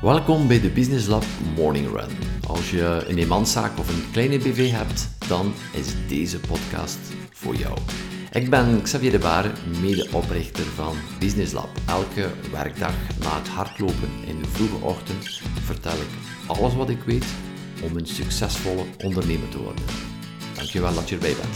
Welkom bij de Business Lab Morning Run. Als je een eenmanszaak of een kleine BV hebt, dan is deze podcast voor jou. Ik ben Xavier de Baere, medeoprichter van Business Lab. Elke werkdag na het hardlopen in de vroege ochtend vertel ik alles wat ik weet om een succesvolle ondernemer te worden. Dankjewel dat je erbij bent.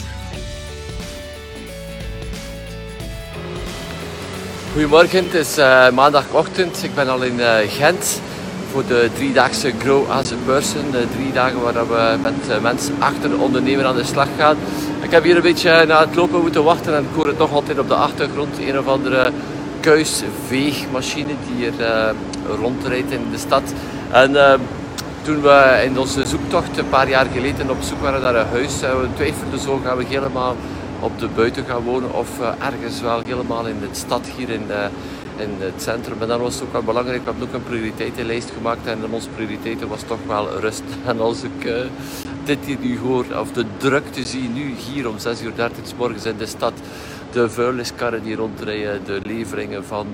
Goedemorgen, het is maandagochtend. Ik ben al in Gent voor de 3-daagse Grow as a Person. 3 dagen waar we met mensen achter de ondernemer aan de slag gaan. Ik heb hier een beetje na het lopen moeten wachten en ik hoor het nog altijd op de achtergrond. Een of andere kuisveegmachine die hier rondrijdt in de stad. En toen we in onze zoektocht een paar jaar geleden op zoek waren naar een huis, we twijfelden zo, gaan we helemaal op de buiten gaan wonen of ergens wel helemaal in de stad hier in het centrum. En dan was het ook wel belangrijk, we hebben ook een prioriteitenlijst gemaakt en onze prioriteiten was toch wel rust. En als ik dit hier nu hoor, of de drukte zie nu hier om 6:30 uur 's morgens in de stad, de vuilniskarren die rondrijden, de leveringen van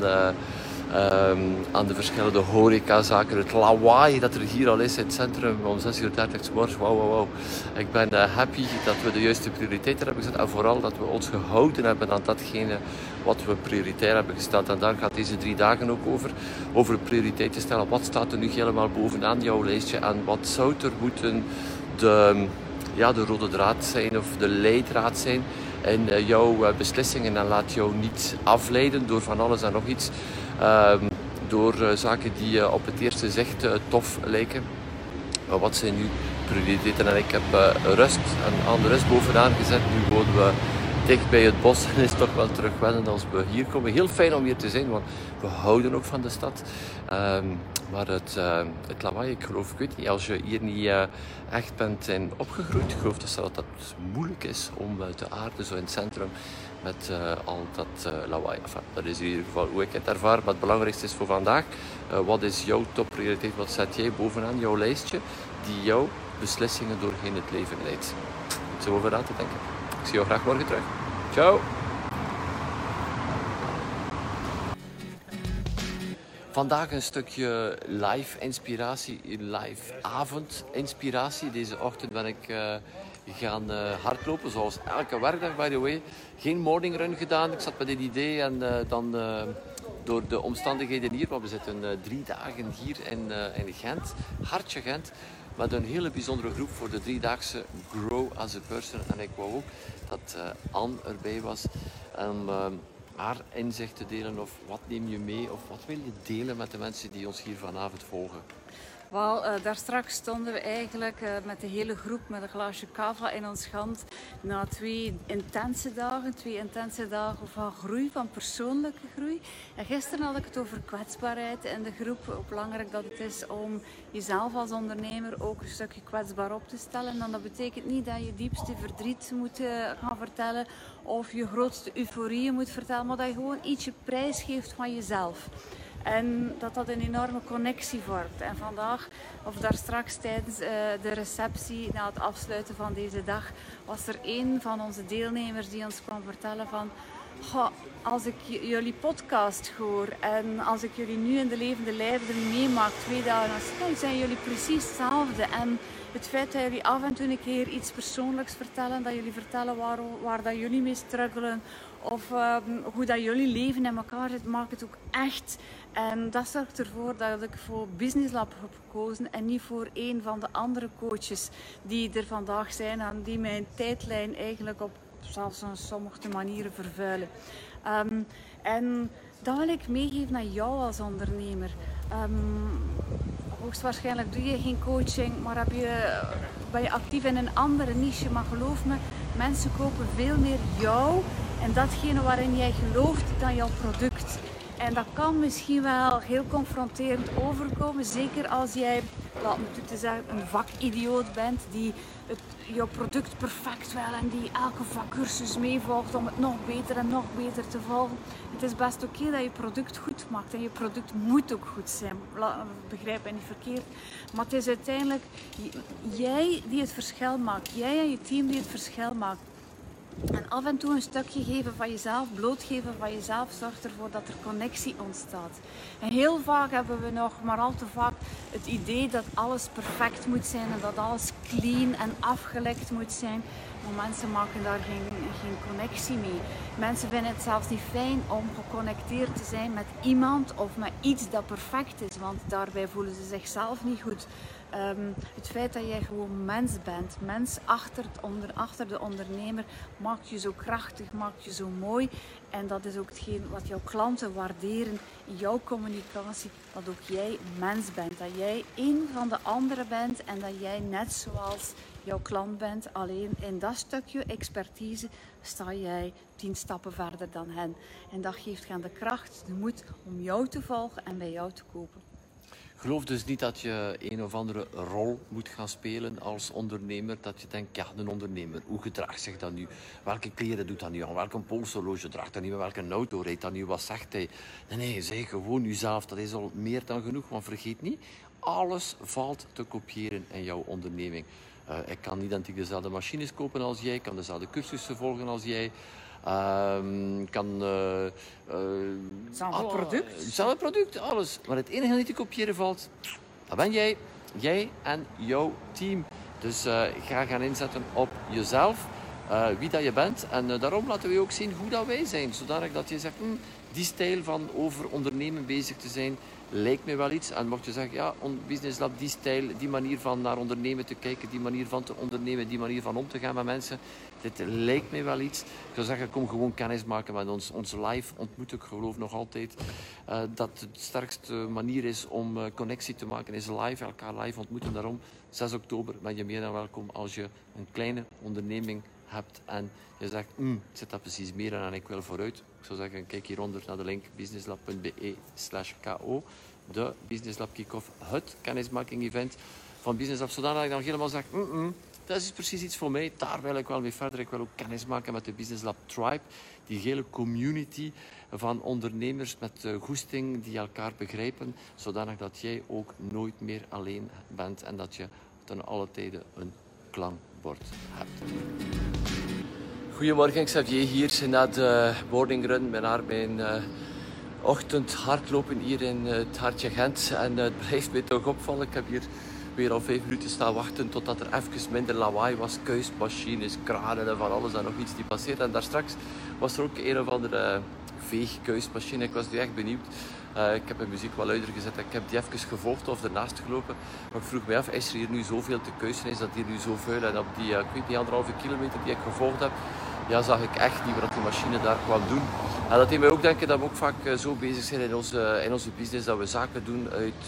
aan de verschillende horecazaken, het lawaai dat er hier al is in het centrum om 6:30 uur 's morgens. Wauw. Ik ben happy dat we de juiste prioriteiten hebben gezet en vooral dat we ons gehouden hebben aan datgene wat we prioritair hebben gesteld. En daar gaat deze 3 dagen ook over prioriteiten stellen. Wat staat er nu helemaal bovenaan jouw lijstje en wat zou er moeten de rode draad zijn of de leidraad zijn in jouw beslissingen, en laat jou niet afleiden door van alles en nog iets. Door zaken die op het eerste zicht tof lijken. Maar wat zijn nu prioriteiten? En ik heb rust en aan de rust bovenaan gezet. Nu wonen we dicht bij het bos en is het toch wel terug wennen als we hier komen. Heel fijn om hier te zijn, want we houden ook van de stad. Maar het lawaai, ik weet niet, als je hier niet echt bent opgegroeid, ik geloof dat het moeilijk is om te aarden zo in het centrum met al dat lawaai. Enfin, dat is in ieder geval hoe ik het ervaar. Maar het belangrijkste is voor vandaag, wat is jouw topprioriteit? Wat zet jij bovenaan jouw lijstje die jouw beslissingen doorheen het leven leidt? Iets om over aan te denken. Ik zie jou graag morgen terug. Ciao! Vandaag een stukje live inspiratie, live avondinspiratie. Deze ochtend ben ik gaan hardlopen, zoals elke werkdag by the way. Geen morning run gedaan, ik zat met dit idee en dan door de omstandigheden hier, want we zitten 3 dagen hier in Gent, hartje Gent, met een hele bijzondere groep voor de 3-daagse Grow as a Person. En ik wou ook dat Anne erbij was om haar inzichten delen, of wat neem je mee, of wat wil je delen met de mensen die ons hier vanavond volgen? Wel, daar straks stonden we eigenlijk met de hele groep met een glaasje cava in ons hand na 2 intense dagen van groei, van persoonlijke groei. En gisteren had ik het over kwetsbaarheid in de groep, hoe belangrijk dat het is om jezelf als ondernemer ook een stukje kwetsbaar op te stellen. En dat betekent niet dat je diepste verdriet moet gaan vertellen of je grootste euforieën moet vertellen, maar dat je gewoon ietsje prijs geeft van jezelf. En dat een enorme connectie vormt. En vandaag, of daar straks tijdens de receptie, na het afsluiten van deze dag, was er een van onze deelnemers die ons kwam vertellen van: als ik jullie podcast hoor en als ik jullie nu in de levende lijve meemaak 2 dagen, dan zijn jullie precies hetzelfde. En het feit dat jullie af en toe een keer iets persoonlijks vertellen, dat jullie vertellen waar dat jullie mee struggelen, of hoe dat jullie leven in elkaar zit, maakt het ook echt. En dat zorgt ervoor dat ik voor Business Lab heb gekozen en niet voor een van de andere coaches die er vandaag zijn en die mijn tijdlijn eigenlijk op zelfs sommige manieren vervuilen. En dat wil ik meegeven aan jou als ondernemer. Hoogstwaarschijnlijk doe je geen coaching, maar ben je actief in een andere niche. Maar geloof me, mensen kopen veel meer jou en datgene waarin jij gelooft dan jouw product. En dat kan misschien wel heel confronterend overkomen, zeker als jij, laat me toe te zeggen, een vakidioot bent die jouw product perfect wil en die elke vakcursus meevolgt om het nog beter te volgen. Het is best oké dat je product goed maakt en je product moet ook goed zijn, begrijp me niet verkeerd. Maar het is uiteindelijk jij die het verschil maakt, jij en je team die het verschil maakt. En af en toe een stukje geven van jezelf, blootgeven van jezelf, zorgt ervoor dat er connectie ontstaat. En heel vaak hebben we nog, maar al te vaak, het idee dat alles perfect moet zijn en dat alles clean en afgelekt moet zijn. Maar mensen maken daar geen connectie mee. Mensen vinden het zelfs niet fijn om geconnecteerd te zijn met iemand of met iets dat perfect is, want daarbij voelen ze zichzelf niet goed. Het feit dat jij gewoon mens bent, mens achter de ondernemer, maakt je zo krachtig, maakt je zo mooi. En dat is ook hetgeen wat jouw klanten waarderen in jouw communicatie, dat ook jij mens bent. Dat jij één van de anderen bent en dat jij net zoals jouw klant bent. Alleen in dat stukje expertise sta jij 10 stappen verder dan hen. En dat geeft hen de kracht, de moed om jou te volgen en bij jou te kopen. Geloof dus niet dat je een of andere rol moet gaan spelen als ondernemer. Dat je denkt, ja, een ondernemer, hoe gedraagt zich dat nu? Welke kleren doet dat nu aan? Welke polshorloge draagt dat nu? Welke auto rijdt dat nu? Wat zegt hij? Nee, zeg gewoon jezelf. Dat is al meer dan genoeg. Want vergeet niet, alles valt te kopiëren in jouw onderneming. Ik kan identiek dezelfde machines kopen als jij. Ik kan dezelfde cursussen volgen als jij. Hetzelfde product, alles. Maar het enige dat niet te kopiëren valt, dat ben jij. Jij en jouw team. Dus ga gaan inzetten op jezelf, wie dat je bent. En daarom laten we ook zien hoe dat wij zijn. Zodanig dat je zegt, die stijl van over ondernemen bezig te zijn, lijkt me wel iets. En mocht je zeggen, ja, Business Lab, die stijl, die manier van naar ondernemen te kijken, die manier van te ondernemen, die manier van om te gaan met mensen, dit lijkt me wel iets. Ik zou zeggen, kom gewoon kennis maken met ons. Ons live ontmoeten. Ik geloof nog altijd dat de sterkste manier is om connectie te maken, is live, elkaar live ontmoeten. Daarom, 6 oktober ben je meer dan welkom als je een kleine onderneming hebt en je zegt, ik zit daar precies meer aan en ik wil vooruit. Ik zou zeggen, kijk hieronder naar de link businesslab.be/ko. De Business Lab Kick-Off, het kennismaking-event van Business Lab. Zodat ik dan helemaal zeg, dat is precies iets voor mij. Daar wil ik wel mee verder. Ik wil ook kennis maken met de Business Lab Tribe. Die hele community van ondernemers met goesting die elkaar begrijpen. Zodanig dat jij ook nooit meer alleen bent en dat je ten alle tijden een klankbord hebt. Goedemorgen, Xavier hier na de morning run naar mijn ochtend hardlopen hier in het hartje Gent. En het blijft mij toch opvallen. Ik heb hier weer al 5 minuten staan wachten totdat er even minder lawaai was. Kuismachines, kranen en van alles en nog iets die passeert. En daar straks was er ook een of andere veegkuismachine. Ik was nu echt benieuwd. Ik heb mijn muziek wel luider gezet. Ik heb die even gevolgd of ernaast gelopen. Maar ik vroeg mij af, is er hier nu zoveel te kuisen? Is dat hier nu zo vuil? En op die, ik weet niet, 1,5 kilometer die ik gevolgd heb, ja, zag ik echt niet wat die machine daar kwam doen. En dat deed mij ook denken dat we ook vaak zo bezig zijn in onze business, dat we zaken doen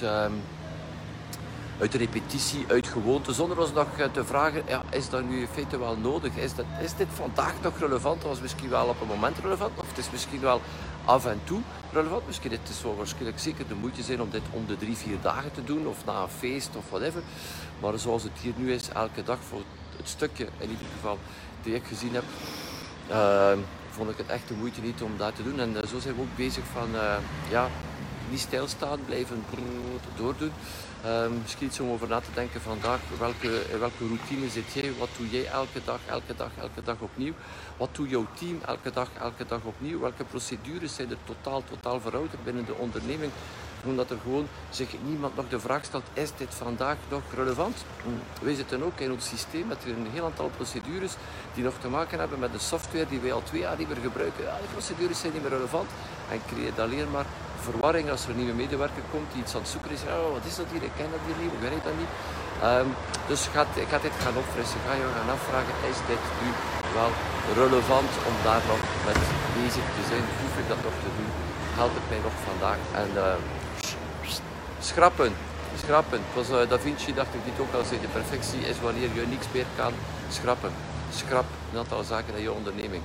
uit repetitie, uit gewoonte, zonder ons nog te vragen, ja, is dat nu in feite wel nodig? Is dit vandaag nog relevant? Dat was misschien wel op een moment relevant, of het is misschien wel af en toe relevant. Misschien het is wel waarschijnlijk zeker de moeite zijn om dit om de 3-4 dagen te doen, of na een feest, of whatever. Maar zoals het hier nu is, elke dag voor het stukje, in ieder geval, die ik gezien heb, vond ik het echt de moeite niet om dat te doen. En zo zijn we ook bezig van, niet stilstaan, blijven doordoen. Misschien iets om over na te denken vandaag. In welke routine zit jij? Wat doe jij elke dag opnieuw? Wat doet jouw team elke dag opnieuw? Welke procedures zijn er totaal verouderd binnen de onderneming? Omdat er gewoon zich niemand nog de vraag stelt, is dit vandaag nog relevant? Wij zitten ook in ons systeem met een heel aantal procedures die nog te maken hebben met de software die wij al 2 jaar niet meer gebruiken. Ja, die procedures zijn niet meer relevant en creëert alleen maar verwarring als er een nieuwe medewerker komt die iets aan het zoeken is. Oh, wat is dat hier? Ik ken dat hier niet, ik weet dat niet. Dus ik ga dit gaan opfrissen. Ik ga je gaan afvragen, is dit nu wel relevant om daar nog met bezig te zijn? Hoef ik dat nog te doen? Helpt het mij nog vandaag? En schrappen. Het was Da Vinci, dacht ik, die ook al zei, de perfectie is wanneer je niks meer kan schrappen. Schrap een aantal zaken in je onderneming.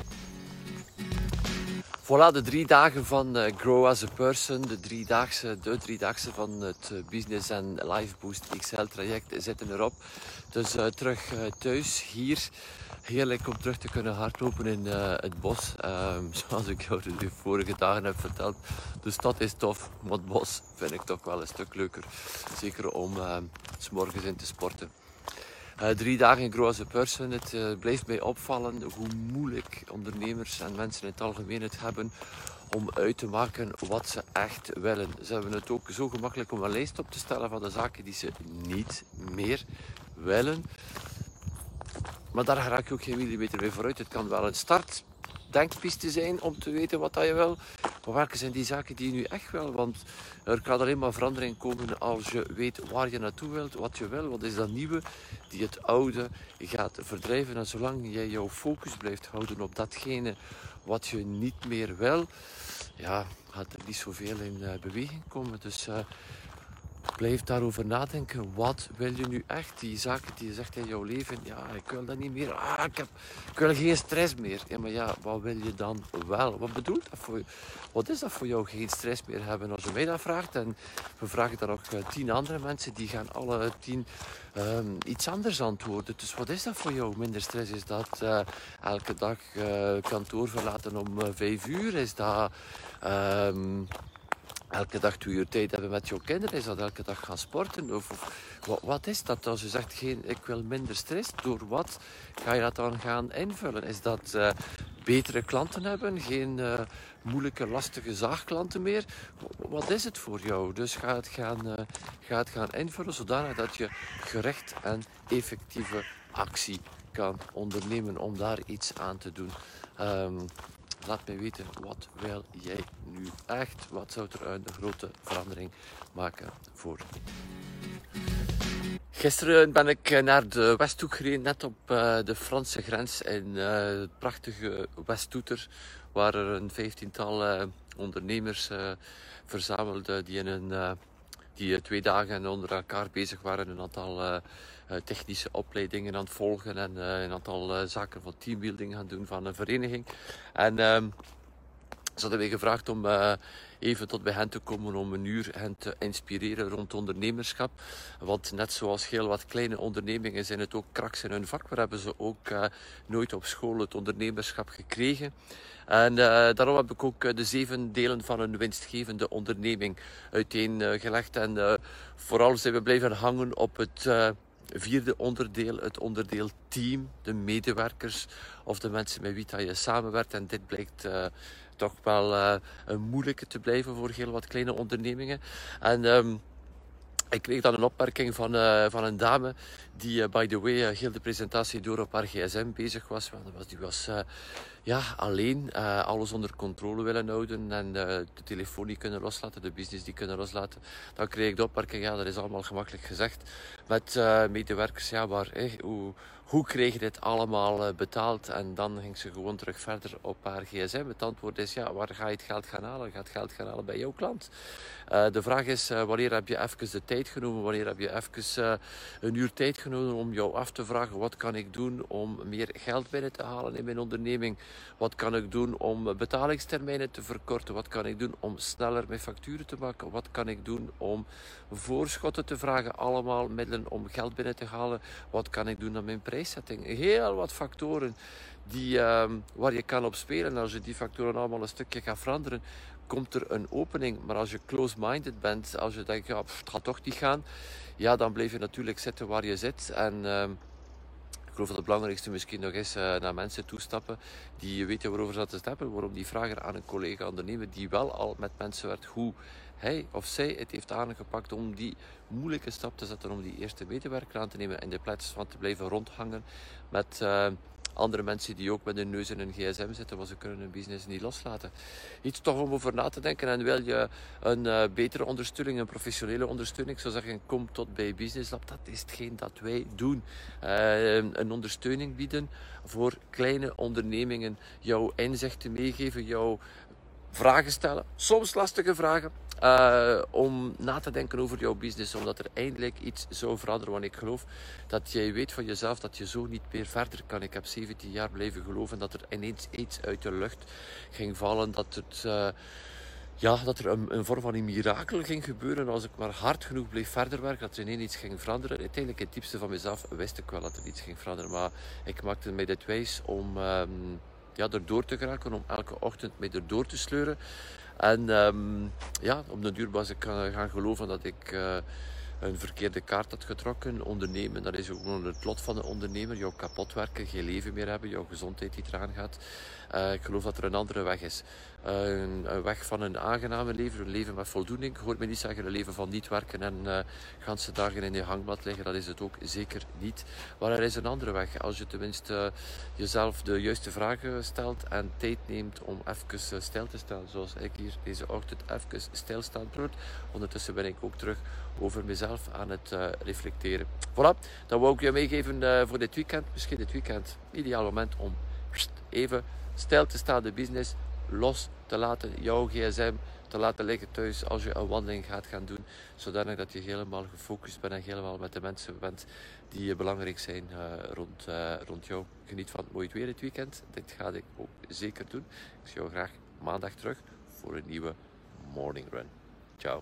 Voilà, de 3 dagen van Grow as a Person, de 3-daagse van het Business and Life Boost XL traject zitten erop. Dus terug thuis hier. Heerlijk om terug te kunnen hardlopen in het bos. Zoals ik jou de vorige dagen heb verteld. De stad is tof, maar het bos vind ik toch wel een stuk leuker. Zeker om 's morgens in te sporten. 3 dagen Grow as a Person. Het blijft mij opvallen hoe moeilijk ondernemers en mensen in het algemeen het hebben om uit te maken wat ze echt willen. Ze hebben het ook zo gemakkelijk om een lijst op te stellen van de zaken die ze niet meer willen. Maar daar raak je ook geen millimeter mee vooruit. Het kan wel een startdenkpiste zijn om te weten wat je wil. Maar welke zijn die zaken die je nu echt wil? Want er kan alleen maar verandering komen als je weet waar je naartoe wilt, wat je wil. Wat is dat nieuwe die het oude gaat verdrijven? En zolang jij jouw focus blijft houden op datgene wat je niet meer wil, ja, gaat er niet zoveel in beweging komen. Dus blijf daarover nadenken. Wat wil je nu echt? Die zaken die je zegt in jouw leven. Ja, ik wil dat niet meer. Ik wil geen stress meer. Ja, maar ja, wat wil je dan wel? Wat bedoelt dat voor je? Wat is dat voor jou, geen stress meer hebben? Als je mij dat vraagt, en we vragen dan ook 10 andere mensen, die gaan alle 10 iets anders antwoorden. Dus wat is dat voor jou? Minder stress? Is dat elke dag kantoor verlaten om 5 uur? Is dat elke dag 2 uur tijd hebben met jouw kinderen? Is dat elke dag gaan sporten? Of wat is dat als je zegt, ik wil minder stress? Door wat ga je dat dan gaan invullen? Is dat betere klanten hebben? Geen moeilijke, lastige zaagklanten meer? Wat is het voor jou? Dus ga het gaan invullen zodanig dat je gericht en effectieve actie kan ondernemen om daar iets aan te doen. Laat mij weten, wat wil jij nu echt? Wat zou er een grote verandering maken voor je? Gisteren ben ik naar de Westhoek gereden, net op de Franse grens in het prachtige Westhoeter, waar er een 15-tal ondernemers verzamelden die 2 dagen onder elkaar bezig waren, een aantal technische opleidingen aan het volgen en een aantal zaken van teambuilding gaan doen van een vereniging. En ze hadden mij gevraagd om even tot bij hen te komen om 1 uur hen te inspireren rond ondernemerschap. Want net zoals heel wat kleine ondernemingen zijn het ook kraks in hun vak. Waar hebben ze ook nooit op school het ondernemerschap gekregen. En daarom heb ik ook de 7 delen van een winstgevende onderneming uiteengelegd. En vooral zijn we blijven hangen op het 4e onderdeel, het onderdeel team, de medewerkers of de mensen met wie je samenwerkt. En dit blijkt toch wel een moeilijke te blijven voor heel wat kleine ondernemingen. En ik kreeg dan een opmerking van een dame die, by the way, heel de presentatie door op haar gsm bezig was. Die was alleen alles onder controle willen houden en de telefoon niet kunnen loslaten, de business die kunnen loslaten. Dan kreeg ik de opmerking, dat is allemaal gemakkelijk gezegd. Met medewerkers, maar hoe kreeg je dit allemaal betaald? En dan ging ze gewoon terug verder op haar gsm. Het antwoord is, waar ga je het geld gaan halen? Je gaat het geld gaan halen bij jouw klant. De vraag is, wanneer heb je even de tijd genomen? Wanneer heb je even 1 uur tijd genomen om jou af te vragen, wat kan ik doen om meer geld binnen te halen in mijn onderneming? Wat kan ik doen om betalingstermijnen te verkorten? Wat kan ik doen om sneller mijn facturen te maken? Wat kan ik doen om voorschotten te vragen? Allemaal middelen om geld binnen te halen. Wat kan ik doen aan mijn prijszetting? Heel wat factoren waar je kan op spelen. Als je die factoren allemaal een stukje gaat veranderen, komt er een opening. Maar als je close-minded bent, als je denkt, het gaat toch niet gaan, dan blijf je natuurlijk zitten waar je zit. En ik geloof dat het belangrijkste misschien nog is naar mensen toestappen die weten waarover ze het hebben. Waarom die vragen aan een collega ondernemer die wel al met mensen werkt, hoe hij of zij het heeft aangepakt om die moeilijke stap te zetten, om die eerste medewerker aan te nemen in de plaats van te blijven rondhangen met andere mensen die ook met hun neus in hun gsm zitten, want ze kunnen hun business niet loslaten. Iets toch om over na te denken. En wil je een betere ondersteuning, een professionele ondersteuning, ik zou zeggen, kom tot bij Business Lab. Dat is hetgeen dat wij doen. Een ondersteuning bieden voor kleine ondernemingen, jouw inzichten meegeven, jouw vragen stellen, soms lastige vragen, om na te denken over jouw business, omdat er eindelijk iets zou veranderen. Want ik geloof dat jij weet van jezelf dat je zo niet meer verder kan. Ik heb 17 jaar blijven geloven dat er ineens iets uit de lucht ging vallen, dat er een vorm van een mirakel ging gebeuren als ik maar hard genoeg bleef verder werken, dat er ineens iets ging veranderen. Uiteindelijk, in het diepste van mezelf, wist ik wel dat er iets ging veranderen, maar ik maakte mij dit wijs om erdoor te geraken, om elke ochtend mij erdoor te sleuren. En op de duur was ik gaan geloven dat ik een verkeerde kaart had getrokken. Ondernemen, dat is gewoon het lot van de ondernemer. Jou kapot werken, geen leven meer hebben, jouw gezondheid die eraan gaat. Ik geloof dat er een andere weg is. Een weg van een aangename leven, een leven met voldoening. Je hoort me niet zeggen een leven van niet werken en ganse dagen in je hangmat liggen. Dat is het ook zeker niet. Maar er is een andere weg. Als je tenminste jezelf de juiste vragen stelt en tijd neemt om even stil te staan. Zoals ik hier deze ochtend even stilstaan doe. Ondertussen ben ik ook terug over mezelf aan het reflecteren. Voilà, dat wou ik je meegeven voor dit weekend. Misschien dit weekend. Ideaal moment om even stil te staan, de business los te laten, jouw gsm te laten liggen thuis als je een wandeling gaat gaan doen, zodanig dat je helemaal gefocust bent en helemaal met de mensen bent die belangrijk zijn rond jou. Geniet van het mooie weer dit weekend. Dit ga ik ook zeker doen. Ik zie jou graag maandag terug voor een nieuwe morning run. Ciao.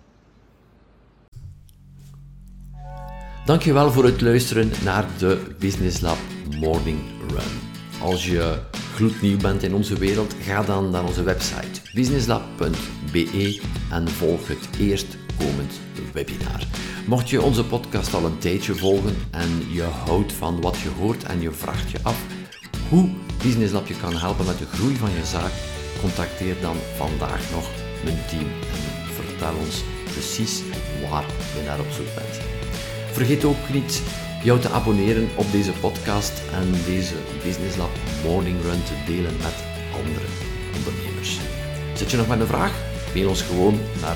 Dankjewel voor het luisteren naar de Business Lab Morning Run. Als je gloednieuw bent in onze wereld, ga dan naar onze website businesslab.be en volg het eerstkomend webinar. Mocht je onze podcast al een tijdje volgen en je houdt van wat je hoort en je vraagt je af hoe Business Lab je kan helpen met de groei van je zaak, contacteer dan vandaag nog mijn team en vertel ons precies waar je naar op zoek bent. Vergeet ook niet jou te abonneren op deze podcast en deze Business Lab Morning Run te delen met andere ondernemers. Zit je nog met een vraag? Mail ons gewoon naar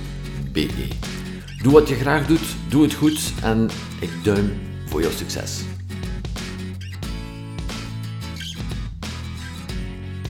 an-xavier@businesslab.be. Doe wat je graag doet, doe het goed en ik duim voor jouw succes.